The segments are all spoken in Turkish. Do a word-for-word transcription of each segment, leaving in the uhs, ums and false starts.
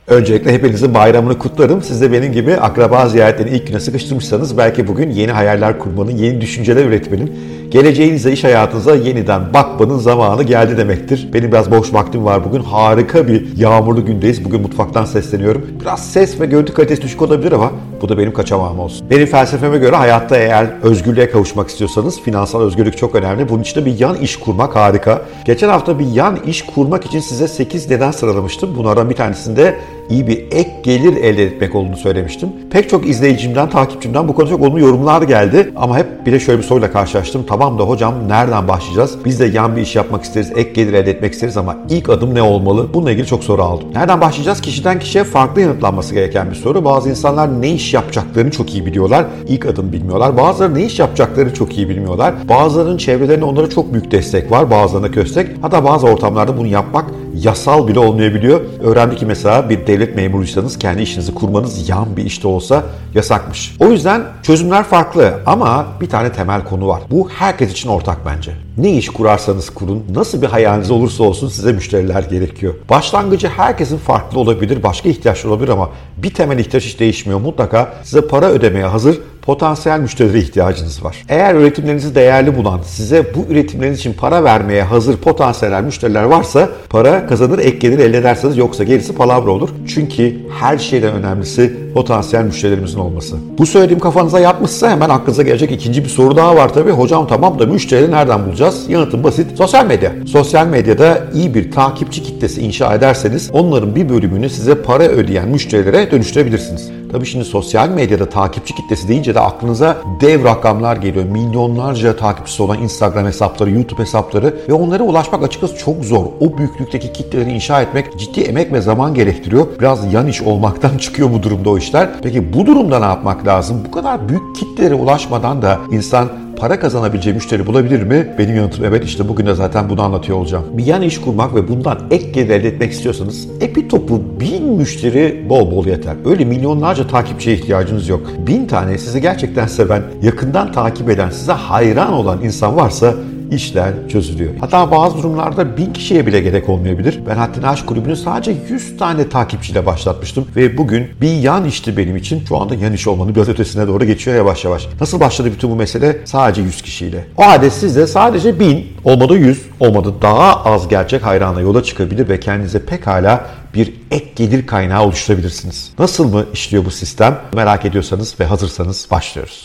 Öncelikle hepinizin bayramını kutlarım. Siz de benim gibi akraba ziyaretlerini ilk güne sıkıştırmışsanız belki bugün yeni hayaller kurmanın, yeni düşünceler üretmenin, geleceğinize, iş hayatınıza yeniden bakmanın zamanı geldi demektir. Benim biraz boş vaktim var bugün. Harika bir yağmurlu gündeyiz. Bugün mutfaktan sesleniyorum. Biraz ses ve görüntü kalitesi düşük olabilir ama bu da benim kaçamağım olsun. Benim felsefeme göre hayatta eğer özgürlüğe kavuşmak istiyorsanız finansal özgürlük çok önemli. Bunun için de bir yan iş kurmak harika. Geçen hafta bir yan iş kurmak için size sekiz neden sıralamıştım. Bunlardan bir tanesinde iyi bir ek gelir elde etmek olduğunu söylemiştim. Pek çok izleyicimden, takipçimden bu konuda çok olumlu yorumlar geldi. Ama hep bir de şöyle bir soruyla karşılaştım. Tamam da hocam nereden başlayacağız? Biz de yan bir iş yapmak isteriz, ek gelir elde etmek isteriz ama ilk adım ne olmalı? Bununla ilgili çok soru aldım. Nereden başlayacağız? Kişiden kişiye farklı yanıtlanması gereken bir soru. Bazı insanlar ne iş yapacaklarını çok iyi biliyorlar. İlk adım bilmiyorlar. Bazıları ne iş yapacaklarını çok iyi bilmiyorlar. Bazılarının çevrelerinde onlara çok büyük destek var. Bazılarına köstek. Hatta bazı ortamlarda bunu yapmak yasal bile olmayabiliyor. Öğrendik ki mesela bir devlet memuruysanız kendi işinizi kurmanız yan bir işte olsa yasakmış. O yüzden çözümler farklı ama bir tane temel konu var. Bu herkes için ortak bence. Ne iş kurarsanız kurun, nasıl bir hayaliniz olursa olsun size müşteriler gerekiyor. Başlangıcı herkesin farklı olabilir, başka ihtiyaçları olabilir ama bir temel ihtiyaç hiç değişmiyor. Mutlaka size para ödemeye hazır potansiyel müşterilere ihtiyacınız var. Eğer üretimlerinizi değerli bulan, size bu üretimleriniz için para vermeye hazır potansiyel müşteriler varsa para kazanır, ek gelir elde ederseniz, yoksa gerisi palavra olur. Çünkü her şeyden önemlisi potansiyel müşterilerimizin olması. Bu söylediğim kafanıza yatmışsa hemen aklınıza gelecek ikinci bir soru daha var tabii. Hocam tamam da müşterileri nereden bulacağız? Yanıtım basit. Sosyal medya. Sosyal medyada iyi bir takipçi kitlesi inşa ederseniz onların bir bölümünü size para ödeyen müşterilere dönüştürebilirsiniz. Tabii şimdi sosyal medyada takipçi kitlesi deyince de aklınıza dev rakamlar geliyor. Milyonlarca takipçisi olan Instagram hesapları, YouTube hesapları ve onlara ulaşmak açıkçası çok zor. O büyüklükteki kitleleri inşa etmek ciddi emek ve zaman gerektiriyor. Biraz yan iş olmaktan çıkıyor bu durumda o işler. Peki bu durumda ne yapmak lazım? Bu kadar büyük kitlelere ulaşmadan da insan para kazanabileceği müşteri bulabilir mi? Benim yanıtım evet, işte bugün de zaten bunu anlatıyor olacağım. Bir yan iş kurmak ve bundan ek gelir elde etmek istiyorsanız Epitop'u bin müşteri bol bol yeter. Öyle milyonlarca takipçiye ihtiyacınız yok. Bin tane sizi gerçekten seven, yakından takip eden, size hayran olan insan varsa işler çözülüyor. Hatta bazı durumlarda bin kişiye bile gerek olmayabilir. Ben Haddini Aşk Kulübü'nü sadece yüz tane takipçiyle başlatmıştım ve bugün bir yan işti benim için. Şu anda yan iş olmanın biraz ötesine doğru geçiyor yavaş yavaş. Nasıl başladı bütün bu mesele? Sadece yüz kişiyle. O halde siz de sadece bin, olmadı yüz, olmadı daha az gerçek hayranla yola çıkabilir ve kendinize pekala bir ek gelir kaynağı oluşturabilirsiniz. Nasıl mı işliyor bu sistem? Merak ediyorsanız ve hazırsanız başlıyoruz.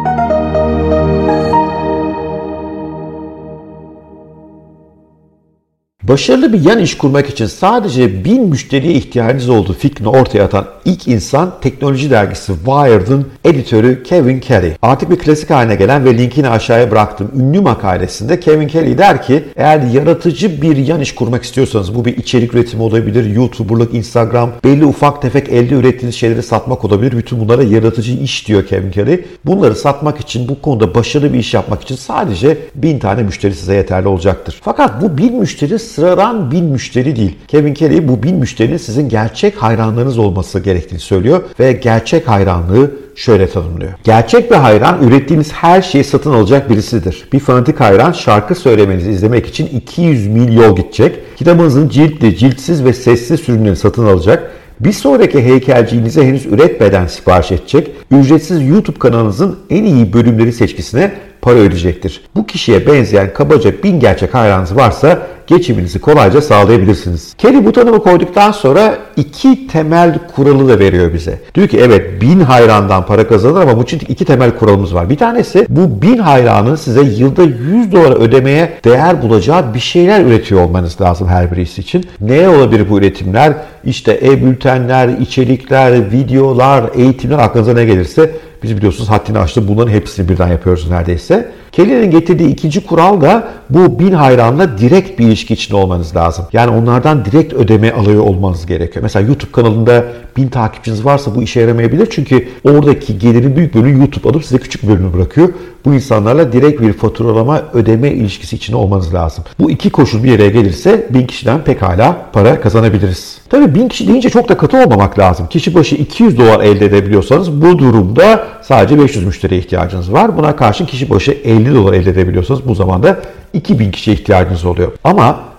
Başarılı bir yan iş kurmak için sadece bin müşteriye ihtiyacınız olduğu fikrini ortaya atan ilk insan teknoloji dergisi Wired'ın editörü Kevin Kelly. Artık bir klasik haline gelen ve linkini aşağıya bıraktığım ünlü makalesinde Kevin Kelly der ki, eğer yaratıcı bir yan iş kurmak istiyorsanız, bu bir içerik üretimi olabilir, YouTuber'lık, Instagram, belli ufak tefek elde ürettiğiniz şeyleri satmak olabilir. Bütün bunlara yaratıcı iş diyor Kevin Kelly. Bunları satmak için, bu konuda başarılı bir iş yapmak için sadece bin tane müşteri size yeterli olacaktır. Fakat bu bin müşteri sıradan bin müşteri değil. Kevin Kelly bu bin müşterinin sizin gerçek hayranlarınız olması gerektiğini söylüyor ve gerçek hayranlığı şöyle tanımlıyor. Gerçek bir hayran ürettiğiniz her şeyi satın alacak birisidir. Bir fanatik hayran şarkı söylemenizi izlemek için iki yüz mil yol gidecek. Kitabınızın ciltli, ciltsiz ve sessiz sürümlerini satın alacak. Bir sonraki heykelciğinize henüz üretmeden sipariş edecek. Ücretsiz YouTube kanalınızın en iyi bölümleri seçkisine para ödeyecektir. Bu kişiye benzeyen kabaca bin gerçek hayranınız varsa geçiminizi kolayca sağlayabilirsiniz. Kelly bu tanımı koyduktan sonra iki temel kuralı da veriyor bize. Diyor ki evet, bin hayrandan para kazanır ama bu için iki temel kuralımız var. Bir tanesi, bu bin hayranın size yılda yüz dolar ödemeye değer bulacağı bir şeyler üretiyor olmanız lazım her birisi için. Ne olabilir bu üretimler? İşte e-bültenler, içerikler, videolar, eğitimler, aklınıza ne gelirse. Biz biliyorsunuz haddini aştı, bunların hepsini birden yapıyoruz neredeyse. Kelly'nin getirdiği ikinci kural da bu bin hayranla direkt bir ilişki içinde olmanız lazım. Yani onlardan direkt ödeme alıyor olmanız gerekiyor. Mesela YouTube kanalında bin takipçiniz varsa bu işe yaramayabilir. Çünkü oradaki gelirin büyük bölümü YouTube alıp size küçük bölümünü bırakıyor. Bu insanlarla direkt bir faturalama ödeme ilişkisi içinde olmanız lazım. Bu iki koşul bir yere gelirse bin kişiden pekala para kazanabiliriz. Tabii bin kişi deyince çok da katı olmamak lazım. Kişi başı iki yüz dolar elde edebiliyorsanız bu durumda sadece beş yüz müşteriye ihtiyacınız var. Buna karşın kişi başı elli dolar elde edebiliyorsanız bu zamanda iki bin kişiye ihtiyacınız oluyor. Ama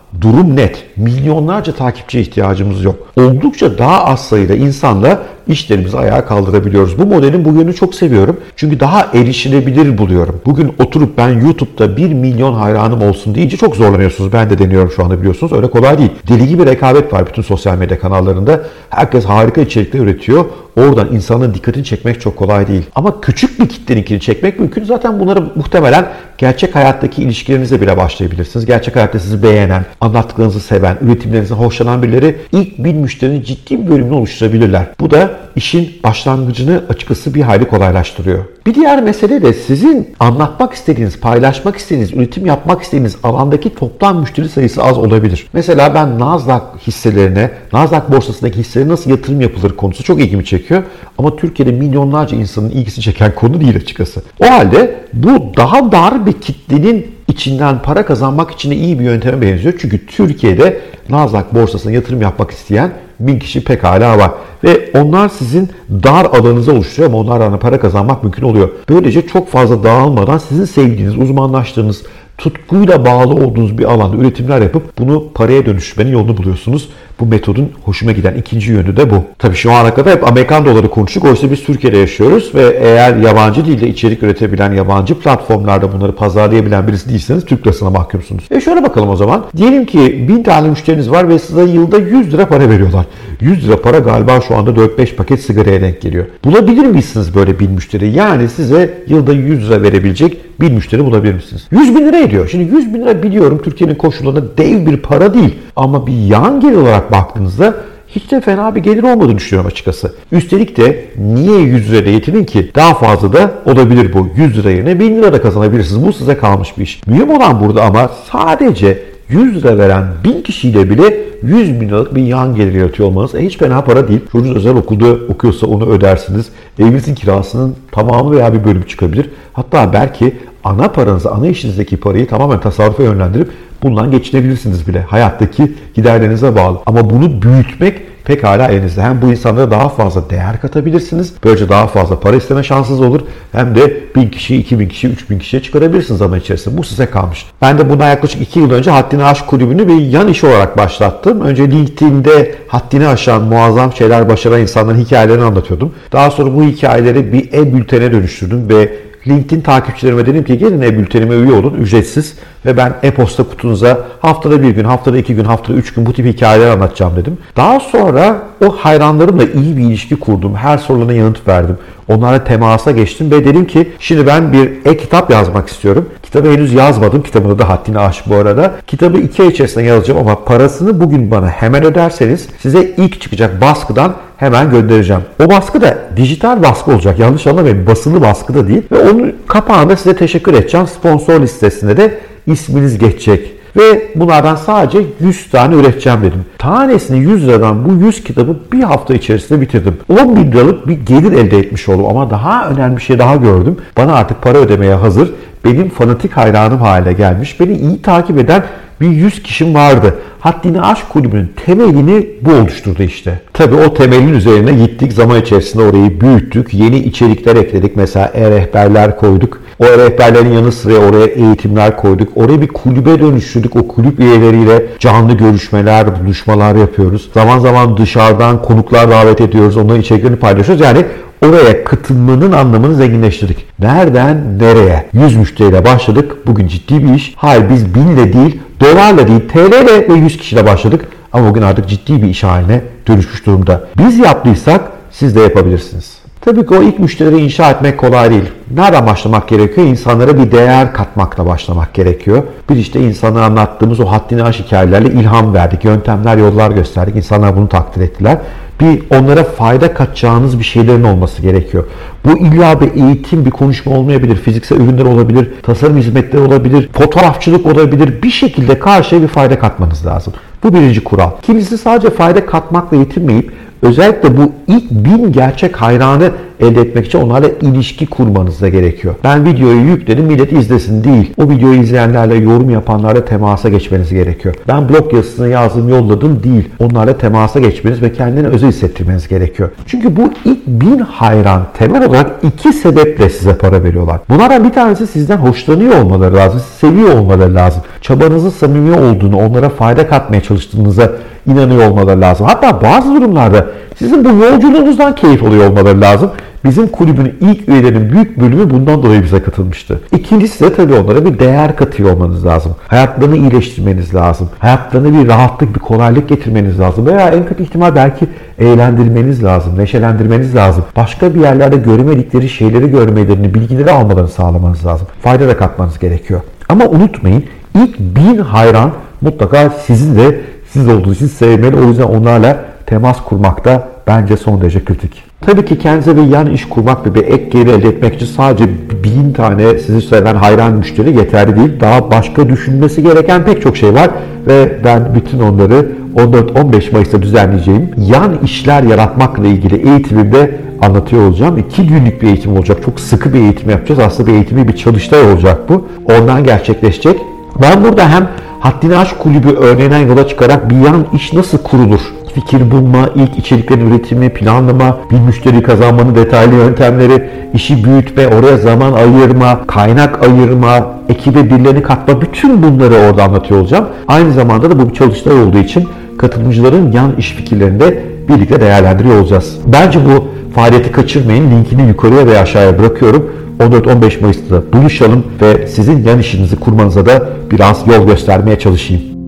durum net. Milyonlarca takipçiye ihtiyacımız yok. Oldukça daha az sayıda insanla işlerimizi ayağa kaldırabiliyoruz. Bu modelin bu yönünü çok seviyorum. Çünkü daha erişilebilir buluyorum. Bugün oturup ben YouTube'da bir milyon hayranım olsun deyince çok zorlanıyorsunuz. Ben de deniyorum şu anda, biliyorsunuz. Öyle kolay değil. Deli gibi rekabet var bütün sosyal medya kanallarında. Herkes harika içerikler üretiyor. Oradan insanların dikkatini çekmek çok kolay değil. Ama küçük bir kitleninkini çekmek mümkün. Zaten bunları muhtemelen gerçek hayattaki ilişkilerinizle bile başlayabilirsiniz. Gerçek hayatta sizi beğenen, anlattıklarınızı seven, üretimlerinizden hoşlanan birileri ilk bin müşterinin ciddi bir bölümünü oluşturabilirler. Bu da işin başlangıcını açıkçası bir hayli kolaylaştırıyor. Bir diğer mesele de sizin anlatmak istediğiniz, paylaşmak istediğiniz, üretim yapmak istediğiniz alandaki toplam müşteri sayısı az olabilir. Mesela ben Nasdaq hisselerine, Nasdaq borsasındaki hisselere nasıl yatırım yapılır konusu çok ilgimi çekiyor. Ama Türkiye'de milyonlarca insanın ilgisini çeken konu değil açıkçası. O halde bu daha dar bir kitlenin içinden para kazanmak için de iyi bir yönteme benziyor. Çünkü Türkiye'de Nasdaq borsasına yatırım yapmak isteyen bin kişi pekala var. Ve onlar sizin dar alanınızı oluşturuyor ama onlardan para kazanmak mümkün oluyor. Böylece çok fazla dağılmadan sizin sevdiğiniz, uzmanlaştığınız, tutkuyla bağlı olduğunuz bir alanda üretimler yapıp bunu paraya dönüştürmenin yolunu buluyorsunuz. Bu metodun hoşuma giden ikinci yönü de bu. Tabii şu ana kadar hep Amerikan doları konuştuk. Oysa biz Türkiye'de yaşıyoruz ve eğer yabancı dilde içerik üretebilen, yabancı platformlarda bunları pazarlayabilen birisi değilseniz Türk lirasına mahkumsunuz. E şöyle bakalım o zaman. Diyelim ki bin tane müşteriniz var ve size yılda yüz lira para veriyorlar. yüz lira para galiba şu anda dört beş paket sigaraya denk geliyor. Bulabilir misiniz böyle bin müşteri? Yani size yılda yüz lira verebilecek bin müşteri bulabilir misiniz? yüz bin lira ediyor. Şimdi yüz bin lira biliyorum Türkiye'nin koşullarında dev bir para değil. Ama bir yan gelir olarak baktığınızda hiç de fena bir gelir olmadığını düşünüyorum açıkçası. Üstelik de niye yüz liraya yetinin ki? Daha fazla da olabilir bu. yüz lira yerine bin lira da kazanabilirsiniz. Bu size kalmış bir iş. Mühim olan burada ama sadece yüz lira veren bin kişiyle bile yüz bin liralık bir yan gelir yaratıyor olmanız e hiç fena para değil. Çocuğunuz özel okulda okuyorsa onu ödersiniz. Evinizin kirasının tamamı veya bir bölümü çıkabilir. Hatta belki ana paranızı, ana işinizdeki parayı tamamen tasarrufa yönlendirip bundan geçinebilirsiniz bile. Hayattaki giderlerinize bağlı. Ama bunu büyütmek pekala elinizde. Hem bu insanlara daha fazla değer katabilirsiniz. Böylece daha fazla para isteme şansınız olur. Hem de bin kişi, iki bin kişi, üç bin kişiye çıkarabilirsiniz zaman içerisinde. Bu size kalmış. Ben de buna yaklaşık iki yıl önce Haddini Aşk Kulübü'nü bir yan iş olarak başlattım. Önce LinkedIn'de haddini aşan, muazzam şeyler başaran insanların hikayelerini anlatıyordum. Daha sonra bu hikayeleri bir e-bültene dönüştürdüm ve LinkedIn takipçilerime dedim ki gelin e-bültenime üye olun, ücretsiz ve ben e-posta kutunuza haftada bir gün, haftada iki gün, haftada üç gün bu tip hikayeler anlatacağım dedim. Daha sonra o hayranlarımla iyi bir ilişki kurdum. Her sorularına yanıt verdim. Onlarla temasa geçtim ve dedim ki şimdi ben bir e-kitap yazmak istiyorum. Kitabı henüz yazmadım. Kitabın adı Haddini Aş bu arada. Kitabı iki ay içerisinde yazacağım ama parasını bugün bana hemen öderseniz size ilk çıkacak baskıdan hemen göndereceğim. O baskı da dijital baskı olacak. Yanlış anlamayın. Basılı baskı da değil. Ve onun kapağında size teşekkür edeceğim. Sponsor listesinde de isminiz geçecek. Ve bunlardan sadece yüz tane üreteceğim dedim. Tanesini yüz liradan bu yüz kitabı bir hafta içerisinde bitirdim. on bin liralık bir gelir elde etmiş oldum. Ama daha önemli bir şey daha gördüm. Bana artık para ödemeye hazır. Benim fanatik hayranım haline gelmiş. Beni iyi takip eden bir yüz kişim vardı. Haddini Aşk Kulübü'nün temelini bu oluşturdu işte. Tabii o temelin üzerine gittik. Zaman içerisinde orayı büyüttük. Yeni içerikler ekledik. Mesela e-rehberler koyduk. O rehberlerin yanı sıra oraya eğitimler koyduk. Oraya bir kulübe dönüştürdük. O kulüp üyeleriyle canlı görüşmeler, buluşmalar yapıyoruz. Zaman zaman dışarıdan konuklar davet ediyoruz. Onların içeriklerini paylaşıyoruz. Yani oraya katılmanın anlamını zenginleştirdik. Nereden nereye? yüz müşteriyle başladık. Bugün ciddi bir iş. Hayır biz binle değil, dolarla değil, T L ile ve yüz kişiyle başladık. Ama bugün artık ciddi bir iş haline dönüşmüş durumda. Biz yaptıysak siz de yapabilirsiniz. Tabii ki o ilk müşterileri inşa etmek kolay değil. Nereden başlamak gerekiyor? İnsanlara bir değer katmakla başlamak gerekiyor. Bir işte insanlara anlattığımız o haddini aş hikayelerle ilham verdik. Yöntemler, yollar gösterdik. İnsanlar bunu takdir ettiler. Bir onlara fayda katacağınız bir şeylerin olması gerekiyor. Bu illa bir eğitim, bir konuşma olmayabilir. Fiziksel ürünler olabilir, tasarım hizmetleri olabilir, fotoğrafçılık olabilir. Bir şekilde karşıya bir fayda katmanız lazım. Bu birinci kural. İkincisi sadece fayda katmakla yetinmeyip Özellikle bu ilk bin gerçek hayranı elde etmek için onlarla ilişki kurmanız da gerekiyor. Ben videoyu yükledim, millet izlesin değil. O videoyu izleyenlerle, yorum yapanlarla temasa geçmeniz gerekiyor. Ben blog yazısını yazdım, yolladım değil. Onlarla temasa geçmeniz ve kendini özel hissettirmeniz gerekiyor. Çünkü bu ilk bin hayran temel olarak iki sebeple size para veriyorlar. Bunlardan bir tanesi sizden hoşlanıyor olmaları lazım, seviyor olmaları lazım. Çabanızın samimi olduğunu, onlara fayda katmaya çalıştığınıza inanıyor olmaları lazım. Hatta bazı durumlarda sizin bu yolculuğunuzdan keyif alıyor olmaları lazım. Bizim kulübün ilk üyelerinin büyük bölümü bundan dolayı bize katılmıştı. İkincisi de tabii onlara bir değer katıyor olmanız lazım. Hayatlarını iyileştirmeniz lazım. Hayatlarına bir rahatlık, bir kolaylık getirmeniz lazım. Veya en kötü ihtimal belki eğlendirmeniz lazım, neşelendirmeniz lazım. Başka bir yerlerde görmedikleri şeyleri görmelerini, bilgileri almalarını sağlamanız lazım. Fayda da katmanız gerekiyor. Ama unutmayın, ilk bin hayran mutlaka sizin de siz olduğunuz için sevmeli. O yüzden onlarla temas kurmak da bence son derece kritik. Tabii ki kendinize bir yan iş kurmak ve bir ek gelir elde etmek için sadece bin tane sizi seven hayran müşteri yeterli değil. Daha başka düşünmesi gereken pek çok şey var ve ben bütün onları on dört on beş Mayıs'ta düzenleyeceğim yan işler yaratmakla ilgili eğitimimde anlatıyor olacağım. İki günlük bir eğitim olacak. Çok sıkı bir eğitim yapacağız. Aslında bir eğitimi, bir çalıştay olacak bu. Ondan gerçekleşecek. Ben burada hem Haddini Aş Kulübü örneğinden yola çıkarak bir yan iş nasıl kurulur? Fikir bulma, ilk içeriklerin üretimi, planlama, bir müşteri kazanmanın detaylı yöntemleri, işi büyütme, oraya zaman ayırma, kaynak ayırma, ekibe birilerini katma, bütün bunları orada anlatıyor olacağım. Aynı zamanda da bu bir çalıştay olduğu için katılımcıların yan iş fikirlerini de birlikte değerlendiriyor olacağız. Bence bu faaliyeti kaçırmayın. Linkini yukarıya veya aşağıya bırakıyorum. on dört on beş Mayıs'ta buluşalım ve sizin yan işinizi kurmanıza da biraz yol göstermeye çalışayım.